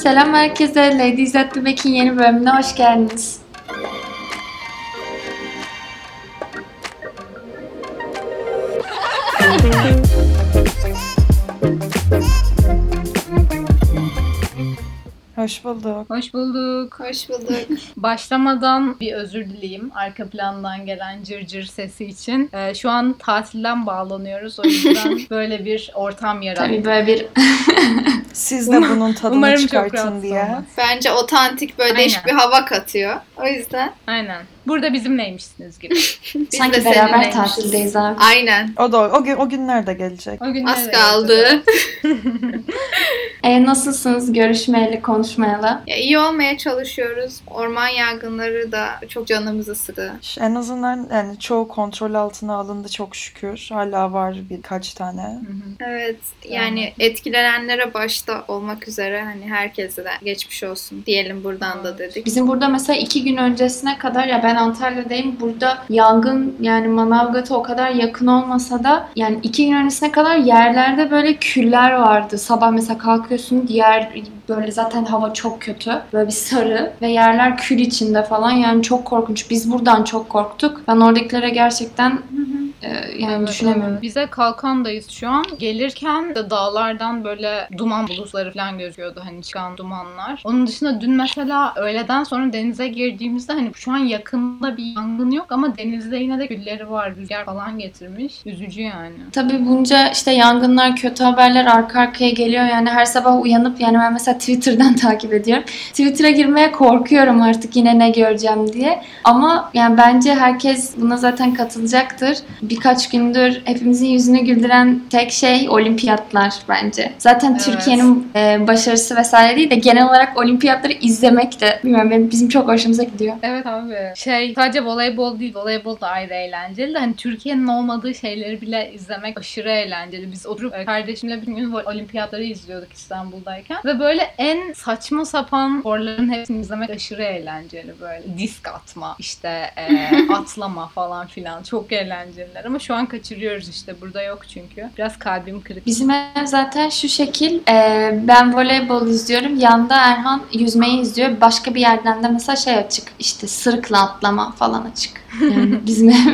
Selam herkese. Ladies at the Back'in yeni bölümüne hoş geldiniz. Hoş bulduk. Hoş bulduk. Hoş bulduk. Başlamadan bir özür dileyeyim arka plandan gelen cırcır sesi için. Şu an tatilden bağlanıyoruz. O yüzden böyle bir ortam yarattık. Tabii böyle bir... Siz de bunun tadını Umarım çok çıkartın rahatsız diye. olmaz. Bence otantik böyle değişik bir hava katıyor. O yüzden Aynen. Burada bizimleymişsiniz gibi. biz Sanki de beraber seninleymişiz. tatildeyiz abi. Aynen. O günler de gelecek. O günler Az de kaldı. Nasılsınız? Görüşmeyeli, konuşmayalı. Ya, iyi olmaya çalışıyoruz. Orman yangınları da çok canımızı sıktı. En azından yani çoğu kontrol altına alındı çok şükür. Hala var birkaç tane. Evet. Yani etkilenenlere başta olmak üzere hani herkese de geçmiş olsun diyelim buradan da dedik. Bizim burada mesela 2 gün öncesine kadar, ya ben Antalya'dayım. Burada yangın, yani Manavgat'a o kadar yakın olmasa da yani 2 gün öncesine kadar yerlerde böyle küller vardı. Sabah mesela kalkıyorsun, diğer böyle zaten hava çok kötü. Böyle bir sarı ve yerler kül içinde falan, yani çok korkunç. Biz buradan çok korktuk. Ben oradakilere gerçekten yani düşünemiyorum. Evet. Bize Kalkan'dayız şu an. Gelirken de dağlardan böyle duman bulutları falan gözüküyordu, hani çıkan dumanlar. Onun dışında dün mesela öğleden sonra denize girdiğimizde hani şu an yakında bir yangın yok ama denizde yine de külleri var. Rüzgar falan getirmiş. Üzücü yani. Tabii bunca işte yangınlar, kötü haberler arka arkaya geliyor. Yani her sabah uyanıp, yani ben mesela Twitter'dan takip ediyorum. Twitter'a girmeye korkuyorum artık, yine ne göreceğim diye. Ama yani bence herkes buna zaten katılacaktır. Birkaç gündür hepimizin yüzünü güldüren tek şey olimpiyatlar bence. Zaten Evet. Türkiye'nin başarısı vesaire değil de genel olarak olimpiyatları izlemek de bilmiyorum, bizim çok hoşumuza gidiyor. Evet abi. Sadece voleybol değil, voleybol da ayrı eğlenceli de hani Türkiye'nin olmadığı şeyleri bile izlemek aşırı eğlenceli. Biz oturup kardeşimle bir gün olimpiyatları izliyorduk İstanbul'dayken ve böyle en saçma sapan sporların hepsini izlemek aşırı eğlenceli. Böyle disk atma, işte atlama falan filan, çok eğlenceliler ama şu an kaçırıyoruz işte, burada yok çünkü. Biraz kalbim kırık. Bizim ev zaten şu şekil, ben voleybol izliyorum, yanda Erhan yüzmeyi izliyor, başka bir yerden de mesela şey açık, işte sırıkla atlama falan açık. Yani bizim ev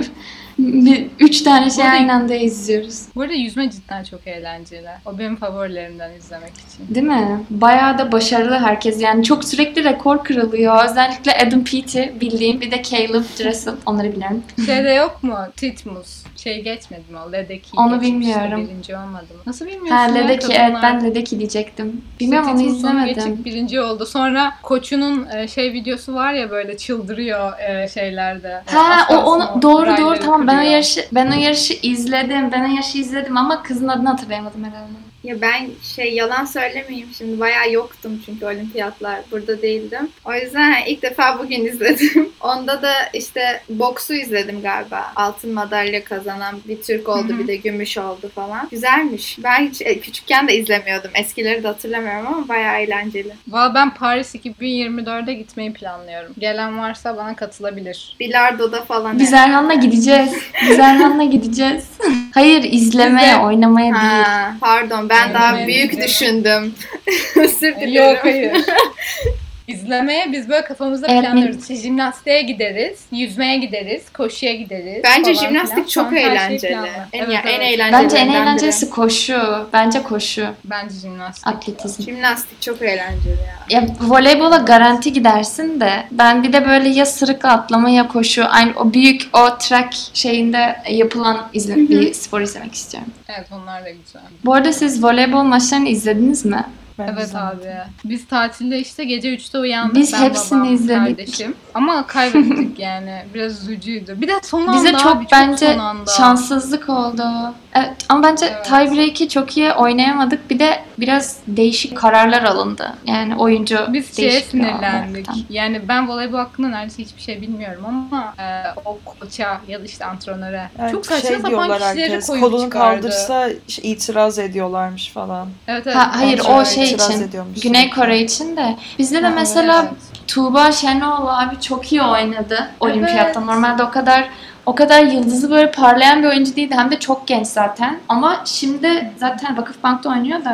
3 tane şey aynı anda izliyoruz. Bu arada yüzme cidden çok eğlenceli. O benim favorilerimden izlemek için. Değil mi? Bayağı da başarılı herkes. Yani çok sürekli rekor kırılıyor. Özellikle Adam Peaty bildiğim, bir de Caleb Dressel. Onları biliyorum. Şeyde yok mu? Titmus. Geçmedi mi o? Ledeki'yi Onu geçmişti, bilmiyorum. birinci olmadı mı? Nasıl bilmiyorsun Ha, ya? Ledecky, evet, ben Ledecky diyecektim. Bilmiyorum, onu Titmus'un izlemedim. geçip birinci oldu. Sonra koçunun videosu var ya, böyle çıldırıyor şeylerde. Ha, onu doğru rayları tamam, kırıyor. ben o yarışı izledim ama kızın adını hatırlayamadım herhalde. Ya ben yalan söylemeyeyim şimdi, bayağı yoktum çünkü olimpiyatlar, burada değildim. O yüzden ilk defa bugün izledim. Onda da işte boksu izledim galiba. Altın madalya kazanan bir Türk oldu, bir de gümüş oldu falan. Güzelmiş. Ben hiç küçükken de izlemiyordum. Eskileri de hatırlamıyorum ama bayağı eğlenceli. Valla ben Paris 2024'e gitmeyi planlıyorum. Gelen varsa bana katılabilir. Bilardo'da falan. Biz Erhan'la gideceğiz. Hayır, izlemeye, oynamaya değil. Ha, pardon, ben daha Oynamaya büyük gidelim. düşündüm. Özür dilerim. Yok, hayır. İzlemeye biz böyle kafamızda Evet, planlıyoruz. İşte jimnastiğe gideriz, yüzmeye gideriz, koşuya gideriz. Bence falan jimnastik filan. çok Sonra her şey eğlenceli. planlı. En Evet. eğlenceli. Bence en eğlencelisi koşu. Bence koşu. Bence jimnastik. Atletizm. Jimnastik çok eğlenceli ya. Ya voleybola garanti gidersin de ben bir de böyle ya sırıkla atlama ya koşu, aynı o büyük o track şeyinde yapılan bir spor izlemek istiyorum. Evet, onlar da güzel. Bu arada siz voleybol maçlarını izlediniz mi? Ben Evet izlemedim. abi. Biz tatilde işte gece 3'te uyandık. Biz ben, hepsini babam, izledik. kardeşim. Ama kaybettik yani. Biraz üzücüydü. Bir de son anda Bize çok abi, bence son anda. şanssızlık oldu. Evet, ama bence Evet. tiebreak'i çok iyi oynayamadık. Bir de biraz değişik kararlar alındı. Yani oyuncu Biz şeye değişikliği sinirlendik. olaraktan. Yani ben voleybol hakkında neredeyse hiçbir şey bilmiyorum ama o koça ya da işte antrenöre Yani çok saçma sapan diyorlar kişileri herkes, koyup kolunu çıkardı. kaldırsa itiraz ediyorlarmış falan. Evet, evet. Hayır, Kontrol o şey itiraz için. ediyormuş Güney sürekli. Kore için de. Bizde de Ha, mesela evet. Tuğba Şenoğlu abi çok iyi oynadı olimpiyatta. Evet. Normalde o kadar yıldızı böyle parlayan bir oyuncu değildi. Hem de çok genç zaten. Ama şimdi zaten Vakıfbank'ta oynuyor da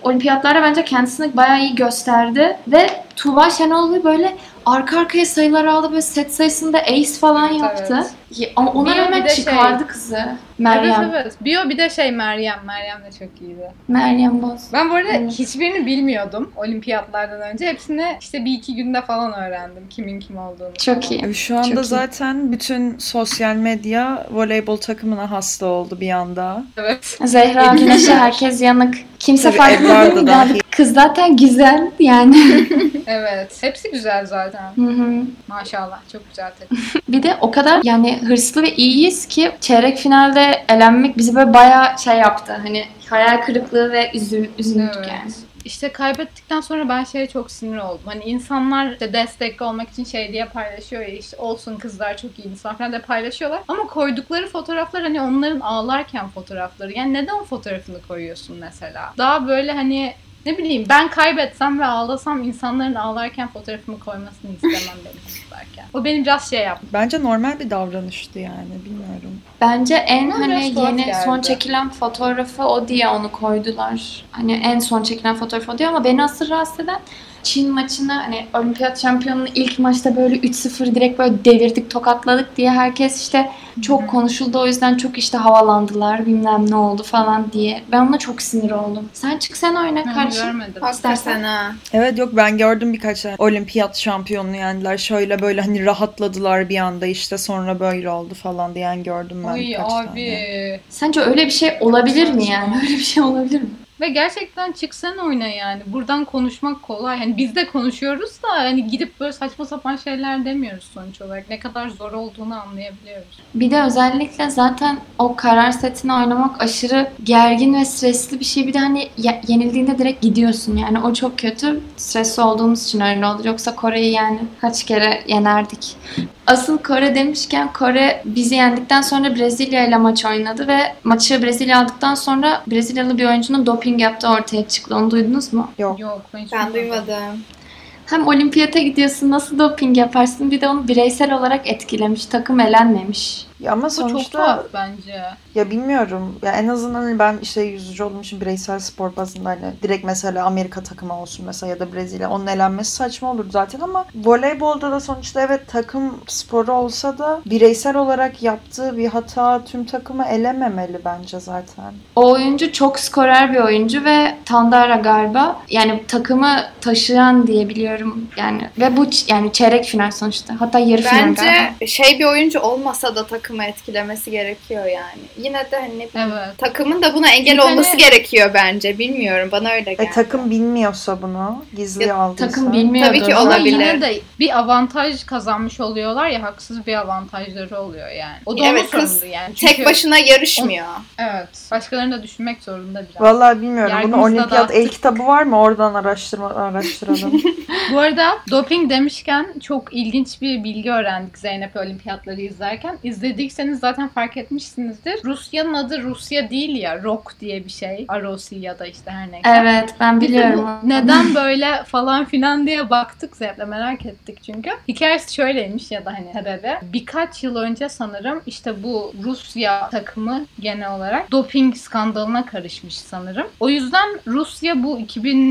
olimpiyatlarda bence kendisini bayağı iyi gösterdi ve Tuğba Şenol'u böyle arka arkaya sayılar aldı, böyle set sayısında ace falan yaptı. Evet. Ama ona Bio rağmen bir de çıkardı kızı. Meryem. Evet. Bio bir de Meryem. Meryem de çok iyiydi. Meryem Boz. Ben bu arada Evet. hiçbirini bilmiyordum olimpiyatlardan önce. Hepsini işte 1-2 günde falan öğrendim kimin kim olduğunu. Çok iyi. Şu anda Çok iyi. zaten bütün sosyal medya voleybol takımına hasta oldu bir anda. Evet. Zehra Güneş'e herkes yanık. Kimse Tabii fark Ebrar da etmedi. dahil. Kız zaten güzel yani. Evet. Hepsi güzel zaten. Hı hı. Maşallah. Çok güzel takım. Bir de o kadar yani hırslı ve iyiyiz ki çeyrek finalde elenmek bizi böyle bayağı şey yaptı. Hani hayal kırıklığı ve üzüldük Evet. yani. İşte kaybettikten sonra ben şeye çok sinir oldum. Hani insanlar işte destekli olmak için şey diye paylaşıyor ya, işte olsun kızlar çok iyi insan falan da paylaşıyorlar. Ama koydukları fotoğraflar hani onların ağlarken fotoğrafları. Yani neden o fotoğrafını koyuyorsun mesela? Daha böyle hani ne bileyim, ben kaybetsem ve ağlasam insanların ağlarken fotoğrafımı koymasını istemem benim izlerken. O benim biraz şey yaptı. Bence normal bir davranıştı yani, bilmiyorum. Bence en Bana biraz hani tuhaf yeni geldi. son çekilen fotoğrafı o diye onu koydular. Hani en son çekilen fotoğrafı o diye ama beni asıl rahatsız eden Çin maçını hani olimpiyat şampiyonunu ilk maçta böyle 3-0 direkt böyle devirdik, tokatladık diye herkes işte çok konuşuldu. O yüzden çok işte havalandılar, bilmem ne oldu falan diye. Ben ona çok sinir oldum. Sen çık sen oyna Ben kardeşim. görmedim. Hakikaten İstersen. ha. Evet, yok ben gördüm birkaç tane olimpiyat şampiyonunu yendiler. Şöyle böyle hani rahatladılar bir anda, işte sonra böyle oldu falan diyen gördüm ben Oy birkaç abi. tane. Sence öyle bir şey olabilir mi yani? Öyle bir şey olabilir mi? Ve gerçekten çıksan oyna yani. Buradan konuşmak kolay. Hani biz de konuşuyoruz da hani gidip böyle saçma sapan şeyler demiyoruz sonuç olarak. Ne kadar zor olduğunu anlayabiliyoruz. Bir de özellikle zaten o karar setini oynamak aşırı gergin ve stresli bir şey. Bir de hani yenildiğinde direkt gidiyorsun yani. O çok kötü. Stresli olduğumuz için öyle oldu. Yoksa Kore'yi yani kaç kere yenerdik. Asıl Kore demişken, Kore bizi yendikten sonra Brezilya ile maç oynadı ve maçı Brezilya aldıktan sonra Brezilyalı bir oyuncunun doping yaptığı ortaya çıktı. Onu duydunuz mu? Yok. Yok ben hiç Ben duymadım. duymadım. Hem olimpiyata gidiyorsun, nasıl doping yaparsın? Bir de onu bireysel olarak etkilemiş. Takım elenmemiş. Ya ama Bu çok sonuçta tuhaf bence. ya bilmiyorum. Ya en azından hani ben işte yüzücü olduğum için bireysel spor bazında hani direkt mesela Amerika takımı olsun mesela ya da Brezilya, onun elenmesi saçma olur zaten ama voleybolda da sonuçta evet takım sporu olsa da bireysel olarak yaptığı bir hata tüm takımı elememeli bence zaten. O oyuncu çok skorer bir oyuncu ve Tandara galiba. Yani takımı taşıyan diye biliyorum yani. Ve bu yani çeyrek final sonuçta. Hatta yarı final galiba. Bence şey bir oyuncu olmasa da takımı etkilemesi gerekiyor yani. Yine de hani Evet. takımın da buna engel Çünkü olması hani- gerekiyor bence. Bilmiyorum, bana öyle geldi. Takım bilmiyorsa bunu, gizli Ya, aldıysa. Takım bilmiyordu. Tabii ki Ama olabilir. yine de bir avantaj kazanmış oluyorlar ya, haksız bir avantajları oluyor yani. O da Evet, onun kız sorunu yani. Çünkü Tek başına yarışmıyor. evet. Başkalarını da düşünmek zorunda biraz. Vallahi bilmiyorum. Bunun Yargımızda olimpiyat da el artık- kitabı var mı? Oradan araştıralım. Bu arada doping demişken çok ilginç bir bilgi öğrendik Zeynep olimpiyatları izlerken. İzlediyseniz zaten fark etmişsinizdir. Rusya'nın adı Rusya değil ya. ROK diye bir şey. ROC ya da işte her neyse. Evet, ben Biz de biliyorum. bu neden böyle falan filan diye baktık, Zeynep'le merak ettik çünkü. Hikayesi şöyleymiş ya da hani sebebi. Birkaç yıl önce sanırım işte bu Rusya takımı genel olarak doping skandalına karışmış sanırım. O yüzden Rusya bu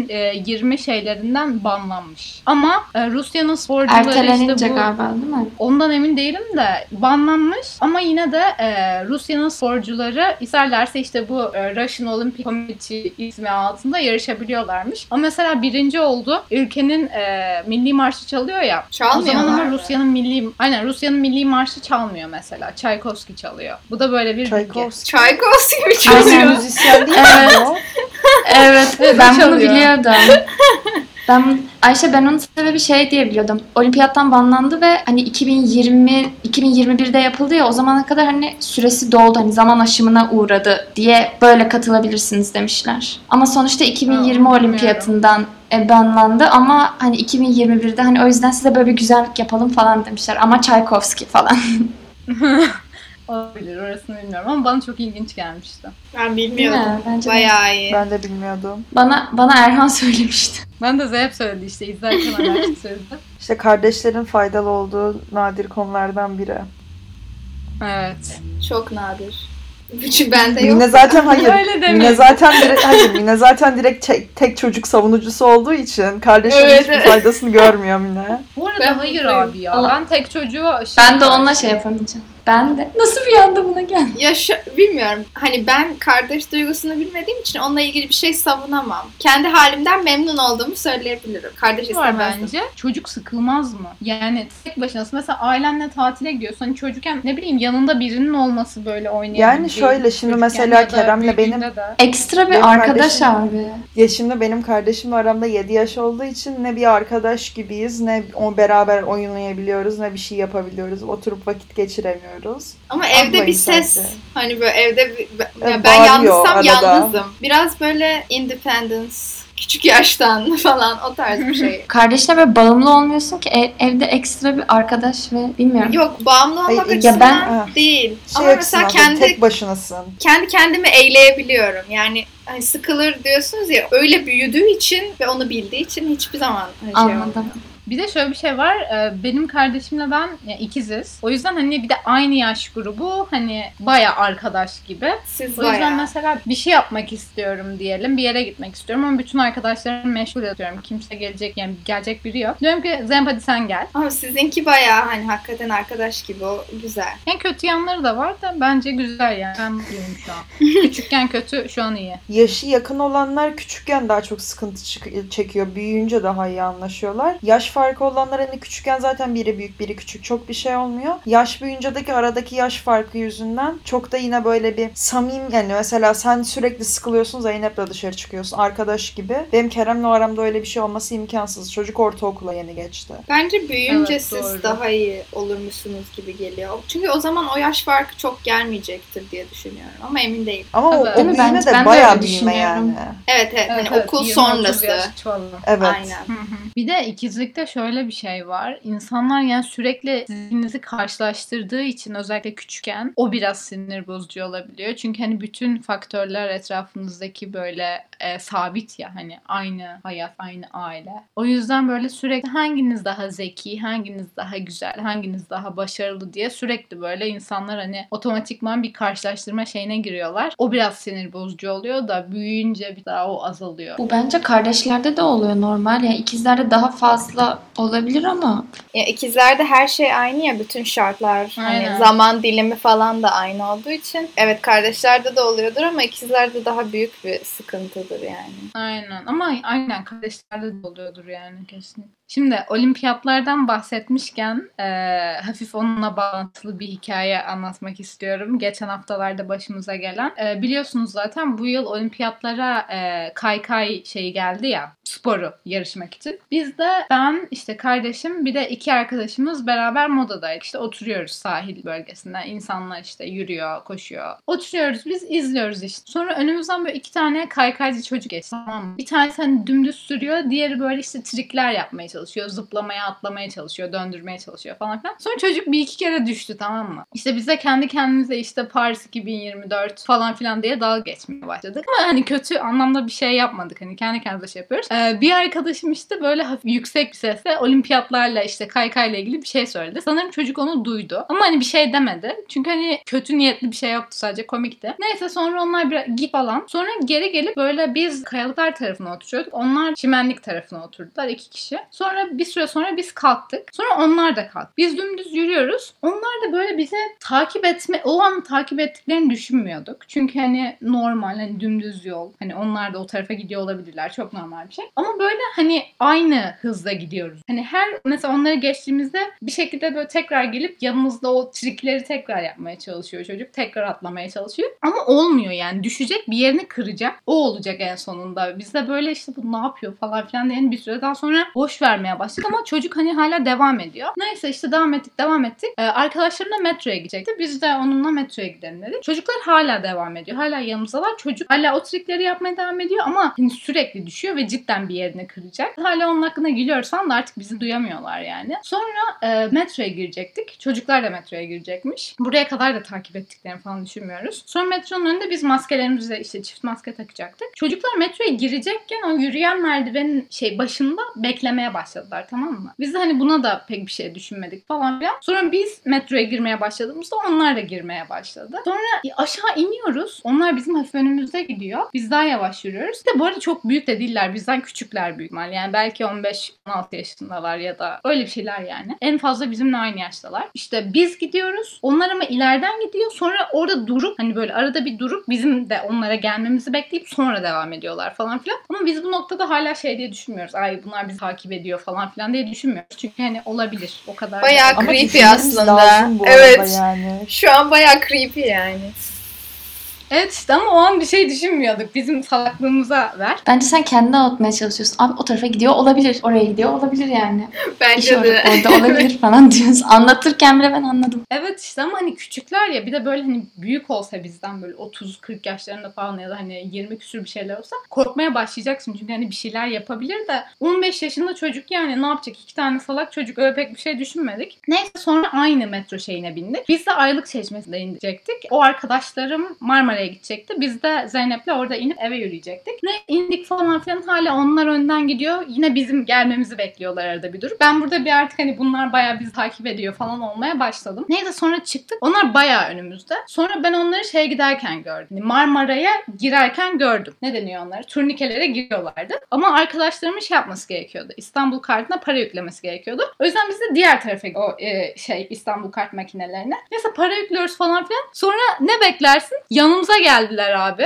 2020 şeylerinden banlanmış. Ama Rusya'nın sporcuları Ertelenince işte bu... galiba değil mi? Ondan emin değilim de banlanmış ama yine de Rusya'nın sporcuları isterlerse işte bu Russian Olympic Committee ismi altında yarışabiliyorlarmış. Ama mesela birinci oldu. Ülkenin milli marşı çalıyor ya. O Çalmıyorlar zaman ama mı? Rusya'nın milli marşı çalmıyor mesela. Çaykovski çalıyor. Bu da böyle bir bilgi. Çaykovski. Çaykovski mi Aynen, çalıyor? müzisyen değil mi Evet. o? Evet, Evet, ben bunu çalıyor. biliyordum. Ben onun sebebi şey diye biliyordum. Olimpiyattan banlandı ve hani 2021'de yapıldı ya, o zamana kadar hani süresi doldu, hani zaman aşımına uğradı diye böyle katılabilirsiniz demişler. Ama sonuçta 2020 Ha, olimpiyatından banlandı ama hani 2021'de hani o yüzden size böyle bir güzellik yapalım falan demişler. Ama Çaykovski falan. Olabilir, orasını bilmiyorum ama bana çok ilginç gelmişti. Ben Değil mi? bilmiyordum. Bence de. Bayağı iyi. Ben de bilmiyordum. Bana Erhan söylemişti. Ben de Zeynep söyledi işte, izlerken araştırdı. İşte kardeşlerin faydalı olduğu nadir konulardan biri. Evet. Çok nadir. Çünkü bende yok. Mine zaten hayır. Öyle demeyin. Mine zaten direkt tek çocuk savunucusu olduğu için kardeşinin Evet, hiçbir evet. faydasını görmüyor Mine. Bu arada Ben hayır mutluyum. abi ya. Ben tek çocuğa aşırı Ben de onunla karşıyım. şey yapamayacağım. Ben de. Nasıl bir anda buna geldim? Ya bilmiyorum. Hani ben kardeş duygusunu bilmediğim için onunla ilgili bir şey savunamam. Kendi halimden memnun olduğumu söyleyebilirim. Kardeş Var istemezdim. bence. Çocuk sıkılmaz mı? Yani tek başınasın. Mesela ailenle tatile gidiyorsun. Hani çocukken ne bileyim yanında birinin olması böyle oynayabildiği. Yani şöyle şimdi Çocukken mesela ya da Kerem'le büyüdüğünde benim de. Ekstra bir Benim arkadaş kardeşim- abi. Ya şimdi benim kardeşimle aramda 7 yaş olduğu için ne bir arkadaş gibiyiz, ne o beraber oynayabiliyoruz, ne bir şey yapabiliyoruz. Oturup vakit geçiremiyoruz. Ama evde Ablayım bir ses. sadece. Hani böyle evde ben Bağırıyor yalnızsam arada. yalnızım. Biraz böyle independence, küçük yaştan falan o tarz bir şey. Kardeşine böyle bağımlı olmuyorsun ki evde ekstra bir arkadaş ve bilmiyorum. Yok, bağımlı olmak Hayır, açısından ben- değil. Şey Ama mesela açısından tek başınasın. kendi kendimi eğleyebiliyorum. Yani hani sıkılır diyorsunuz ya, öyle büyüdüğü için ve onu bildiği için hiçbir zaman şey Anladım. olmuyor. Bir de şöyle bir şey var. Benim kardeşimle ben ikiziz. O yüzden hani bir de aynı yaş grubu, hani baya arkadaş gibi. Siz O yüzden bayağı. mesela bir şey yapmak istiyorum diyelim. Bir yere gitmek istiyorum ama bütün arkadaşlarımı meşgul ediyorum. Kimse gelecek biri yok. Diyorum ki Zeynep hadi sen gel. Ama sizinki bayağı hani hakikaten arkadaş gibi, o güzel. En kötü yanları da var da bence güzel yani. Ben mutluyum şu an. Küçükken kötü, şu an iyi. Yaşı yakın olanlar küçükken daha çok sıkıntı çekiyor. Büyüyünce daha iyi anlaşıyorlar. Yaş farkı olanlar hani küçükken zaten biri büyük biri küçük, çok bir şey olmuyor. Yaş büyüyüncedeki aradaki yaş farkı yüzünden çok da yine böyle bir samimi, yani mesela sen sürekli sıkılıyorsun, Zeynep'le dışarı çıkıyorsun arkadaş gibi. Benim Kerem'le o aramda öyle bir şey olması imkansız. Çocuk ortaokula yeni geçti. Bence büyüyünce Evet, siz doğru. daha iyi olurmuşsunuz gibi geliyor. Çünkü o zaman o yaş farkı çok gelmeyecektir diye düşünüyorum. Ama emin değilim. Ama Evet. o Değil mi? büyüme Ben de de bayağı öyle büyüme yani. düşünüyorum. Evet, hani Evet, okul 20-30 sonrası. yaş falan. Evet. Aynen. Bir de ikizlikte şöyle bir şey var. İnsanlar yani sürekli zihninizi karşılaştırdığı için özellikle küçükken o biraz sinir bozucu olabiliyor. Çünkü hani bütün faktörler etrafınızdaki böyle sabit ya, hani aynı hayat, aynı aile. O yüzden böyle sürekli hanginiz daha zeki, hanginiz daha güzel, hanginiz daha başarılı diye sürekli böyle insanlar hani otomatikman bir karşılaştırma şeyine giriyorlar. O biraz sinir bozucu oluyor da büyüyünce bir daha o azalıyor. Bu bence kardeşlerde de oluyor normal. Yani ikizlerde daha fazla olabilir ama Ya ikizlerde her şey aynı ya, bütün şartlar, Aynen. hani zaman dilimi falan da aynı olduğu için. Evet, kardeşlerde de oluyordur ama ikizlerde daha büyük bir sıkıntıdır yani. Aynen, ama aynen kardeşlerde de oluyordur yani kesin. Şimdi olimpiyatlardan bahsetmişken hafif onunla bağlantılı bir hikaye anlatmak istiyorum. Geçen haftalarda başımıza gelen. Biliyorsunuz zaten bu yıl olimpiyatlara kaykay şeyi geldi ya, sporu yarışmak için. Biz de ben, işte kardeşim, bir de iki arkadaşımız beraber Moda'daydık. İşte oturuyoruz sahil bölgesinde. İnsanlar işte yürüyor, koşuyor. Oturuyoruz, biz izliyoruz işte. Sonra önümüzden böyle iki tane kaykaycı çocuk geçti, tamam mı? Bir tanesi hani dümdüz sürüyor. Diğeri böyle işte trikler yapmaya çalışıyor. Zıplamaya, atlamaya çalışıyor. Döndürmeye çalışıyor falan filan. Sonra çocuk bir iki kere düştü, tamam mı? İşte biz de kendi kendimize işte Paris 2024 falan filan diye dalga geçmeye başladık. Ama hani kötü anlamda bir şey yapmadık. Hani kendi kendimize şey yapıyoruz. Bir arkadaşım işte böyle hafif yüksek bir sesle olimpiyatlarla işte kaykayla ilgili bir şey söyledi. Sanırım çocuk onu duydu. Ama hani bir şey demedi. Çünkü hani kötü niyetli bir şey yoktu, sadece komikti. Neyse sonra onlar bir git falan. Sonra geri gelip böyle biz kayalıklar tarafına oturuyorduk. Onlar çimenlik tarafına oturdular, iki kişi. Sonra bir süre sonra biz kalktık. Sonra onlar da kalktı. Biz dümdüz yürüyoruz. Onlar da böyle bize o an takip ettiklerini düşünmüyorduk. Çünkü hani normal, hani dümdüz yol. Hani onlar da o tarafa gidiyor olabilirler. Çok normal bir şey. Ama böyle hani aynı hızda gidiyoruz. Hani her mesela onları geçtiğimizde bir şekilde böyle tekrar gelip yanımızda o trikleri tekrar yapmaya çalışıyor çocuk. Tekrar atlamaya çalışıyor. Ama olmuyor yani. Düşecek, bir yerini kıracak. O olacak en sonunda. Biz de böyle işte bu ne yapıyor falan filan diye bir süreden sonra boş vermeye başladık ama çocuk hani hala devam ediyor. Neyse işte devam ettik. Arkadaşlarımla metroya gidecekti. Biz de onunla metroya gidelim dedik. Çocuklar hala devam ediyor. Hala yanımızdalar. Çocuk hala o trikleri yapmaya devam ediyor ama hani sürekli düşüyor ve cidden zaten bir yerini kıracak. Hala onun hakkında gülüyorsan da artık bizi duyamıyorlar yani. Sonra metroya girecektik. Çocuklar da metroya girecekmiş. Buraya kadar da takip ettiklerini falan düşünmüyoruz. Sonra metronun önünde biz maskelerimizi işte çift maske takacaktık. Çocuklar metroya girecekken o yürüyen merdivenin başında beklemeye başladılar, tamam mı? Biz de hani buna da pek bir şey düşünmedik falan filan. Sonra biz metroya girmeye başladığımızda onlar da girmeye başladı. Sonra aşağı iniyoruz. Onlar bizim hafif önümüzde gidiyor. Biz daha yavaş yürüyoruz. De bu arada çok büyük de değiller. Bizden küçükler büyük ihtimal. Yani belki 15-16 yaşındalar ya da öyle bir şeyler yani. En fazla bizimle aynı yaştalar. İşte biz gidiyoruz. Onlar ama ileriden gidiyor. Sonra orada durup hani böyle arada bir durup bizim de onlara gelmemizi bekleyip sonra devam ediyorlar falan filan. Ama biz bu noktada hala diye düşünmüyoruz. Ay bunlar bizi takip ediyor falan filan diye düşünmüyoruz. Çünkü hani olabilir. O kadar. Bayağı creepy aslında. Evet. Yani. Şu an bayağı creepy yani. Evet işte ama o an bir şey düşünmüyorduk. Bizim salaklığımıza ver. Bence sen kendini anlatmaya çalışıyorsun. Abi o tarafa gidiyor olabilir. Oraya gidiyor olabilir yani. Bence de. Orada olabilir falan diyorsun. Anlatırken bile ben anladım. Evet işte ama hani küçükler ya, bir de böyle hani büyük olsa bizden böyle 30-40 yaşlarında falan ya da hani 20 küsür bir şeyler olsa korkmaya başlayacaksın. Çünkü hani bir şeyler yapabilir de 15 yaşında çocuk yani ne yapacak? 2 tane salak çocuk, öyle pek bir şey düşünmedik. Neyse sonra aynı metro şeyine bindik. Biz de Aylık Çeşmesi'nde inecektik. O arkadaşlarım Marmara'ya gidecekti. Biz de Zeynep'le orada inip eve yürüyecektik. Ne indik falan filan, hala onlar önden gidiyor. Yine bizim gelmemizi bekliyorlar arada bir durup. Ben burada bir artık hani bunlar bayağı bizi takip ediyor falan olmaya başladım. Neyse sonra çıktık. Onlar bayağı önümüzde. Sonra ben onları giderken gördüm. Marmara'ya girerken gördüm. Ne deniyor onlara? Turnikelere giriyorlardı. Ama arkadaşlarımın yapması gerekiyordu. İstanbul kartına para yüklemesi gerekiyordu. O yüzden biz de diğer tarafa o İstanbul kart makinelerine. Neyse para yüklüyoruz falan filan. Sonra ne beklersin? Yanımıza geldiler abi.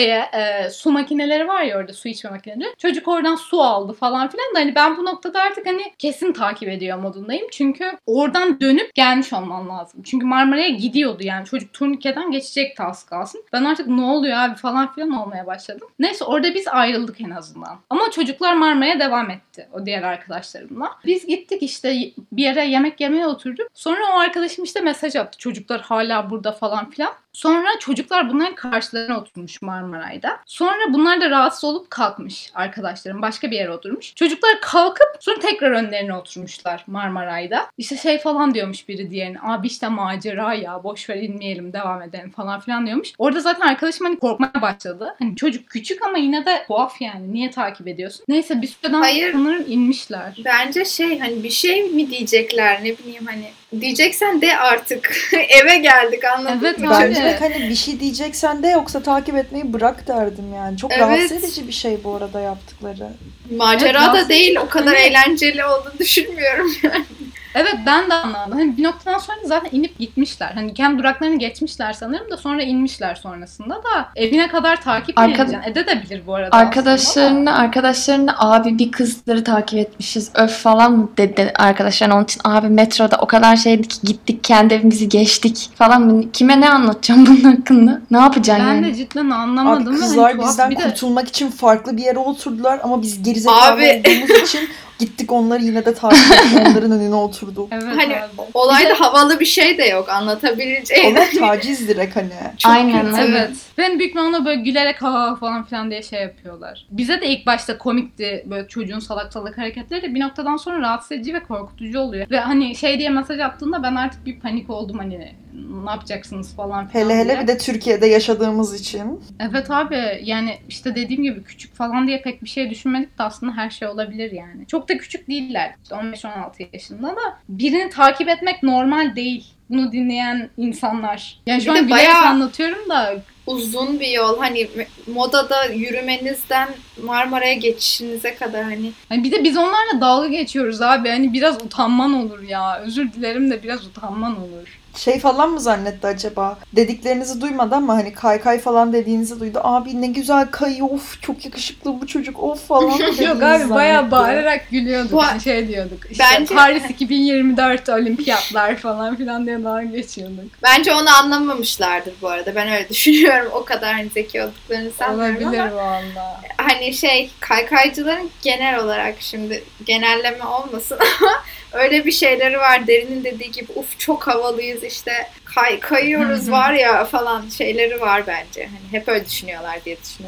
Su makineleri var ya orada, su içme makineleri. Çocuk oradan su aldı falan filan da hani ben bu noktada artık hani kesin takip ediyor modundayım. Çünkü oradan dönüp gelmiş olman lazım. Çünkü Marmara'ya gidiyordu yani. Çocuk turnikeden geçecekti az kalsın. Ben artık ne oluyor abi falan filan olmaya başladım. Neyse orada biz ayrıldık en azından. Ama çocuklar Marmara'ya devam etti. O diğer arkadaşlarımla. Biz gittik işte bir yere yemek yemeye oturduk. Sonra o arkadaşım işte mesaj attı. Çocuklar hala burada falan filan. Sonra çocuklar bunların karşılarına oturmuş Marmaray'da. Sonra bunlar da rahatsız olup kalkmış arkadaşlarım. Başka bir yere oturmuş. Çocuklar kalkıp sonra tekrar önlerine oturmuşlar Marmaray'da. İşte falan diyormuş biri diğerine. Abi işte macera ya, boşver inmeyelim devam edelim falan filan diyormuş. Orada zaten arkadaşım hani korkmaya başladı. Hani çocuk küçük ama yine de tuhaf yani. Niye takip ediyorsun? Neyse bir süreden sanırım inmişler. Bence hani bir şey mi diyecekler, ne bileyim hani. Diyeceksen de artık eve geldik, anladın evet, mı? Bence hani bir şey diyeceksen de, yoksa takip etmeyi bırak derdim yani. Çok rahatsız edici bir şey bu arada yaptıkları. Macera da değil, o kadar eğlenceli olduğunu düşünmüyorum yani. Evet ben de anladım. Hani bir noktadan sonra zaten inip gitmişler. Hani kendi duraklarını geçmişler sanırım da sonra inmişler sonrasında da. Evine kadar takip edeceksin. Edebilir bu arada. Arkadaşlarına abi bir kızları takip etmişiz öf falan mı dedi arkadaşlar onun için. Abi metroda o kadar şeydi ki gittik kendi evimizi geçtik falan. Kime ne anlatacağım bunun hakkında? Ne yapacaksın ben yani? Ben de cidden anlamadım. Abi kızlar bizden kurtulmak için farklı bir yere oturdular ama biz gerizekalı olduğumuz için gittik onları yine de takip edip onların önüne oturduk. Evet, hani olayda havalı bir şey de yok anlatabileceğim. Olay taciz direkt hani. Çok aynen kötü. Evet. Ben büyük ona böyle gülerek ha falan filan diye yapıyorlar. Bize de ilk başta komikti böyle çocuğun salak salak hareketleri de bir noktadan sonra rahatsız edici ve korkutucu oluyor. Ve hani diye mesaj attığında ben artık bir panik oldum hani ne yapacaksınız falan filan hele diye. Bir de Türkiye'de yaşadığımız için. Evet abi yani işte dediğim gibi küçük falan diye pek bir şey düşünmedik de aslında her şey olabilir yani. Çok da küçük değiller. İşte 15-16 yaşında da birini takip etmek normal değil. Bunu dinleyen insanlar. Yani şu an bayağı anlatıyorum da uzun bir yol. Hani modada yürümenizden Marmara'ya geçişinize kadar hani. Bir de biz onlarla dalga geçiyoruz abi. Hani biraz utanman olur ya. Özür dilerim de biraz utanman olur. Falan mı zannetti acaba? Dediklerinizi duymadı ama hani kaykay falan dediğinizi duydu. Abi ne güzel kayıyor, of çok yakışıklı bu çocuk, of falan dediğinizi Yok abi bayağı bağırarak gülüyorduk. Diyorduk. İşte bence Paris 2024 olimpiyatlar falan filan diye dalga geçiyorduk. Bence onu anlamamışlardır bu arada. Ben öyle düşünüyorum. O kadar hani zeki olduklarını sanmıyorum olabilir ama. Valla. Hani kaykaycıların genel olarak şimdi genelleme olmasın ama öyle bir şeyleri var. Derin'in dediği gibi uf çok havalıyız işte kayıyoruz var ya falan şeyleri var bence. Hani hep öyle düşünüyorlar diye düşünüyorum.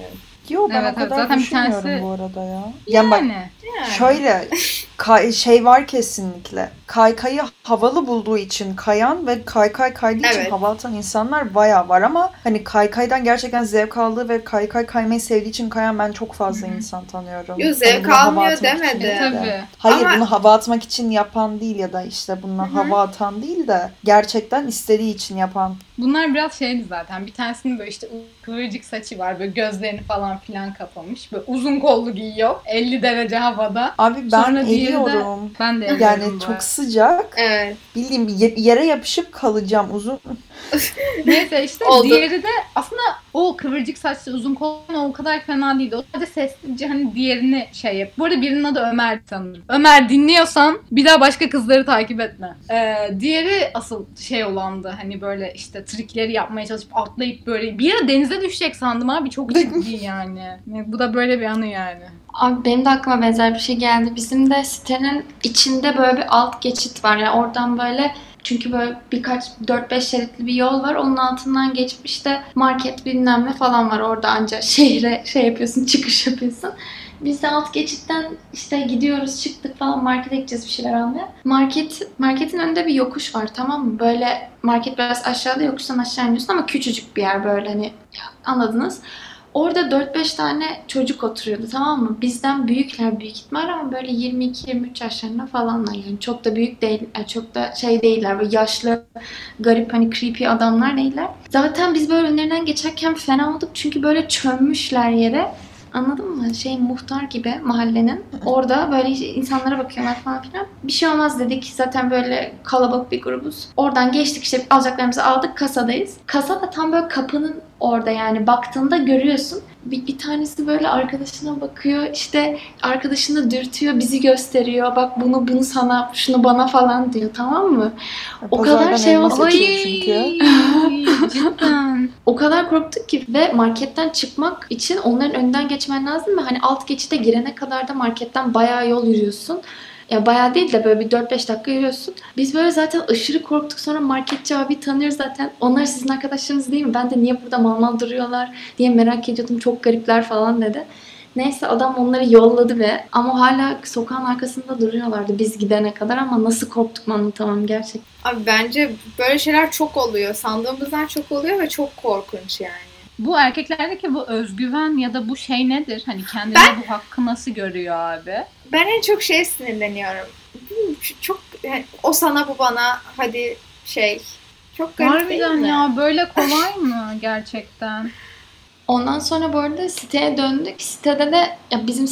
Yok ben Evet, o kadar zaten bir düşünmüyorum tanesi... bu arada ya. Yani bak Yani. şöyle şey var kesinlikle. Kaykayı havalı bulduğu için kayan ve kaykay kaydığı için Evet. hava atan insanlar bayağı var ama hani kaykaydan gerçekten zevk aldığı ve kaykay kaymayı sevdiği için kayan ben çok fazla insan tanıyorum. Yo, zevk Hani bunu hava almıyor atmak için demedi. değil de. Tabii. Hayır Ama- bunu hava atmak için yapan değil ya da işte bununla hava atan değil de gerçekten istediği için yapan. Bunlar biraz şeydi zaten. Bir tanesinin böyle işte kıvırcık saçı var. Böyle gözlerini falan filan kapamış. Böyle uzun kollu giyiyor. 50 derece havada. Abi ben Sonra diğeri de- eriyorum. Ben de Yani eriyorum bu çok arada. sıcak. Evet. Bildiğim yere yapışıp kalacağım uzun. Neyse işte Oldu. diğeri de aslında o kıvırcık saçlı uzun kollu o kadar fena değildi. O sadece sessizce hani diğerini şey yap. Bu arada birinin adı Ömer sanırım. Ömer dinliyorsan bir daha başka kızları takip etme. Diğeri asıl şey olandı. Hani böyle işte trikleri yapmaya çalışıp atlayıp böyle bir yere denize düşecek sandım abi. Çok ciddi yani. Bu da böyle bir anı yani. Abi benim de aklıma benzer bir şey geldi. Bizim de sitenin içinde böyle bir alt geçit var. Yani oradan böyle çünkü böyle birkaç 4-5 şeritli bir yol var. Onun altından geçip işte market bilmem ne falan var. Orada anca şehre şey yapıyorsun, çıkış yapıyorsun. Biz de alt geçitten işte gidiyoruz, çıktık falan markete gideceğiz bir şeyler almaya. Marketin önünde bir yokuş var, tamam mı? Böyle market biraz aşağıda, yokuştan aşağı iniyorsun ama küçücük bir yer böyle, hani anladınız. Orada 4-5 tane çocuk oturuyordu, tamam mı? Bizden büyükler büyük ihtimal ama böyle 22-23 yaşlarında falanlar, yani çok da büyük değil, yani çok da şey değiller, böyle yaşlı, garip, hani creepy adamlar değiller. Zaten biz böyle önlerinden geçerken fena olduk çünkü böyle çömmüşler yere. Anladın mı? Şey, muhtar gibi mahallenin. Orada böyle insanlara bakıyorlar falan filan. Bir şey olmaz dedik. Zaten böyle kalabalık bir grubuz. Oradan geçtik, işte alacaklarımızı aldık, kasadayız. Kasa da tam böyle kapının orada, yani baktığında görüyorsun. Bir tanesi böyle arkadaşına bakıyor, işte arkadaşını dürtüyor, bizi gösteriyor. Bak bunu sana, şunu bana falan diyor, tamam mı? O kadar Pazardan şey elma oldu. seçiyor çünkü. Cidden. O kadar korktuk ki ve marketten çıkmak için onların önden geçmen lazım ve hani alt geçide girene kadar da marketten bayağı yol yürüyorsun. Ya bayağı değil de böyle bir 4-5 dakika yürüyorsun. Biz böyle zaten aşırı korktuk. Sonra marketçi abi tanıyoruz zaten. Onlar sizin arkadaşlarınız değil mi? Ben de niye burada mal duruyorlar diye merak ediyordum. Çok garipler falan dedi. Neyse adam onları yolladı ve ama hala sokağın arkasında duruyorlardı biz gidene kadar, ama nasıl korktuk anlatamam gerçekten. Abi bence böyle şeyler çok oluyor. Sandığımızdan çok oluyor ve çok korkunç yani. Bu erkeklerdeki bu özgüven ya da bu şey nedir? Hani kendine bu hakkı nasıl görüyor abi? Ben en çok şeye sinirleniyorum. Çok yani, o sana bu bana, hadi şey. Çok garip değil Harbiden mi? ya, böyle kolay mı gerçekten? Ondan sonra bu arada siteye döndük. Sitede de ya bizim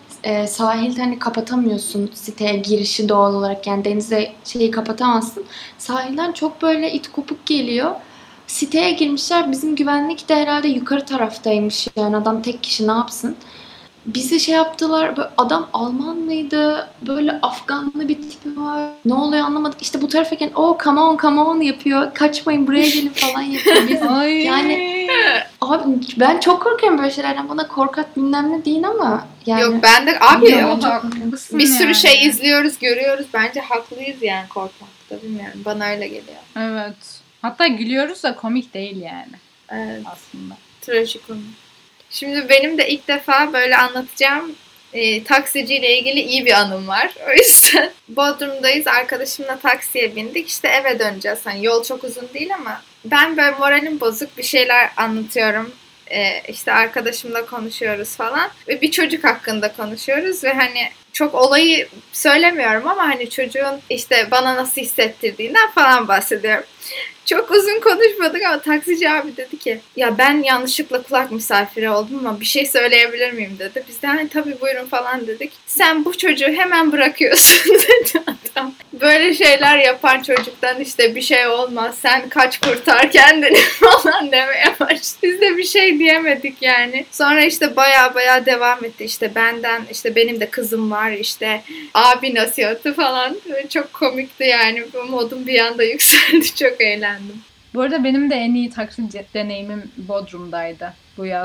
sahilde hani kapatamıyorsun siteye girişi doğal olarak, yani denize şeyi kapatamazsın. Sahilden çok böyle it kopuk geliyor. Siteye girmişler. Bizim güvenlik de herhalde yukarı taraftaymış, yani adam tek kişi ne yapsın? Bizi şey yaptılar, böyle adam Alman mıydı? Böyle Afganlı bir tipi var. Ne oluyor anlamadık. İşte bu tarafa gelin. Oh come on yapıyor. Kaçmayın buraya gelin falan yapıyor. Biz, Ay. yani abi ben çok korkuyorum böyle şeylerden. Bana korkat bilmem ne değil ama yani. Yok ben de abi Bilmiyorum, çok çok haklısın bir sürü yani. şey izliyoruz, görüyoruz. Bence haklıyız yani korkmakta. Bilmiyorum. Bana öyle geliyor. Evet. Hatta gülüyoruz da komik değil yani Evet. aslında. Trajikomik. Şimdi benim de ilk defa böyle anlatacağım taksiciyle ilgili iyi bir anım var. O yüzden Bodrum'dayız. Arkadaşımla taksiye bindik. İşte eve döneceğiz. Hani yol çok uzun değil ama ben böyle moralim bozuk bir şeyler anlatıyorum. İşte arkadaşımla konuşuyoruz falan. Ve bir çocuk hakkında konuşuyoruz ve hani çok olayı söylemiyorum ama hani çocuğun işte bana nasıl hissettirdiğinden falan bahsediyorum. Çok uzun konuşmadık ama taksici abi dedi ki ya ben yanlışlıkla kulak misafiri oldum ama bir şey söyleyebilir miyim dedi. Biz de hani tabii buyurun falan dedik. Sen bu çocuğu hemen bırakıyorsun dedi adam. Böyle şeyler yapan çocuktan işte bir şey olmaz sen kaç kurtar kendini falan demeye başladı. Biz de bir şey diyemedik yani. Sonra işte baya devam etti işte benden işte benim de kızım var işte abi nasihatı falan. Böyle çok komikti yani. Modum bir anda yükseldi, çok eğlendim. Bu arada benim de en iyi taksi deneyimim Bodrum'daydı bu yaz.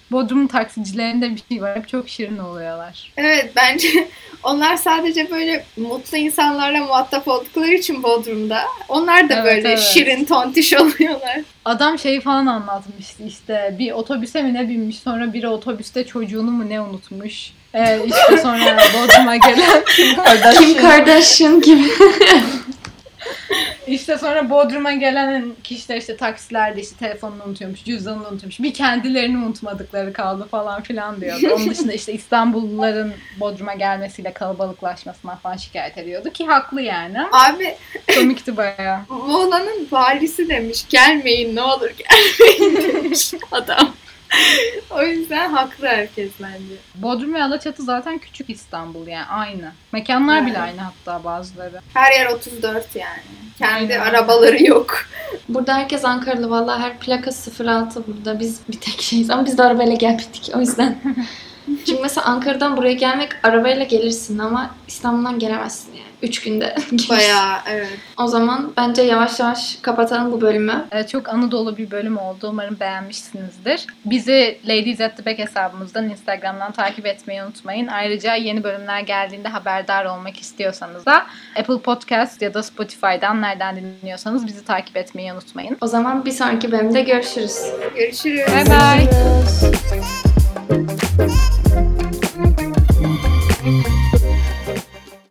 Bodrum taksicilerinde bir şey var. Hep çok şirin oluyorlar. Evet, bence onlar sadece böyle mutlu insanlarla muhatap oldukları için Bodrum'da. Onlar da Evet, böyle evet. şirin tontiş oluyorlar. Adam şeyi falan anlatmıştı işte. Bir otobüse mi ne binmiş, sonra biri otobüste çocuğunu mu ne unutmuş. İşte sonra Bodrum'a gelen Kim Kardashian gibi. İşte sonra Bodrum'a gelen kişiler işte taksilerde işte telefonunu unutuyormuş, cüzdanını unutuyormuş. Bir kendilerini unutmadıkları kaldı falan filan diyordu. Onun dışında işte İstanbulluların Bodrum'a gelmesiyle kalabalıklaşmasından falan şikayet ediyordu ki haklı yani. Abi Komikti bayağı. Muğla'nın valisi demiş gelmeyin ne olur gelmeyin demiş adam. O yüzden haklı herkes bence. Bodrum ve Alaçatı zaten küçük İstanbul yani aynı. Mekanlar Evet. bile aynı hatta bazıları. Her yer 34 yani. Kendi Aynen. arabaları yok. Burada herkes Ankaralı. Vallahi her plaka 06 burada. Biz bir tek şeyiz ama biz de arabayla gelmedik o yüzden. Çünkü mesela Ankara'dan buraya gelmek arabayla gelirsin ama İstanbul'dan gelemezsin yani. 3 günde gelirsin. Bayağı evet. O zaman bence yavaş yavaş kapatalım bu bölümü. Çok anı dolu bir bölüm oldu. Umarım beğenmişsinizdir. Bizi Ladies at the Back hesabımızdan Instagram'dan takip etmeyi unutmayın. Ayrıca yeni bölümler geldiğinde haberdar olmak istiyorsanız da Apple Podcast ya da Spotify'dan nereden dinliyorsanız bizi takip etmeyi unutmayın. O zaman bir sonraki bölümde görüşürüz. Görüşürüz. Bye bye. Görüşürüz.